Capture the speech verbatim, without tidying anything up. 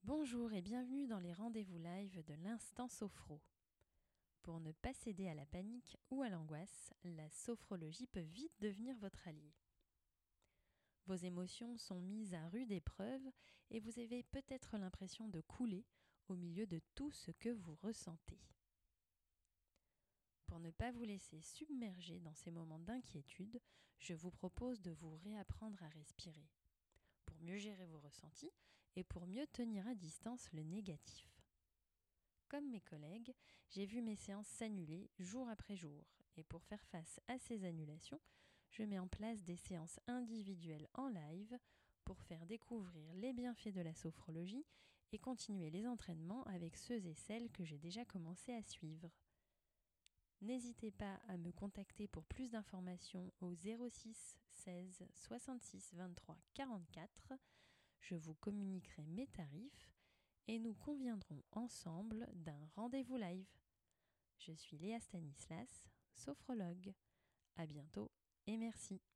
Bonjour et bienvenue dans les rendez-vous live de l'Instant Sophro. Pour ne pas céder à la panique ou à l'angoisse, la sophrologie peut vite devenir votre allié. Vos émotions sont mises à rude épreuve et vous avez peut-être l'impression de couler au milieu de tout ce que vous ressentez. Pour ne pas vous laisser submerger dans ces moments d'inquiétude, je vous propose de vous réapprendre à respirer, pour mieux gérer vos ressentis et pour mieux tenir à distance le négatif. Comme mes collègues, j'ai vu mes séances s'annuler jour après jour et pour faire face à ces annulations, je mets en place des séances individuelles en live pour faire découvrir les bienfaits de la sophrologie et continuer les entraînements avec ceux et celles que j'ai déjà commencé à suivre. N'hésitez pas à me contacter pour plus d'informations au zéro six seize soixante-six vingt-trois quarante-quatre. Je vous communiquerai mes tarifs et nous conviendrons ensemble d'un rendez-vous live. Je suis Léa Stanislas, sophrologue. À bientôt et merci.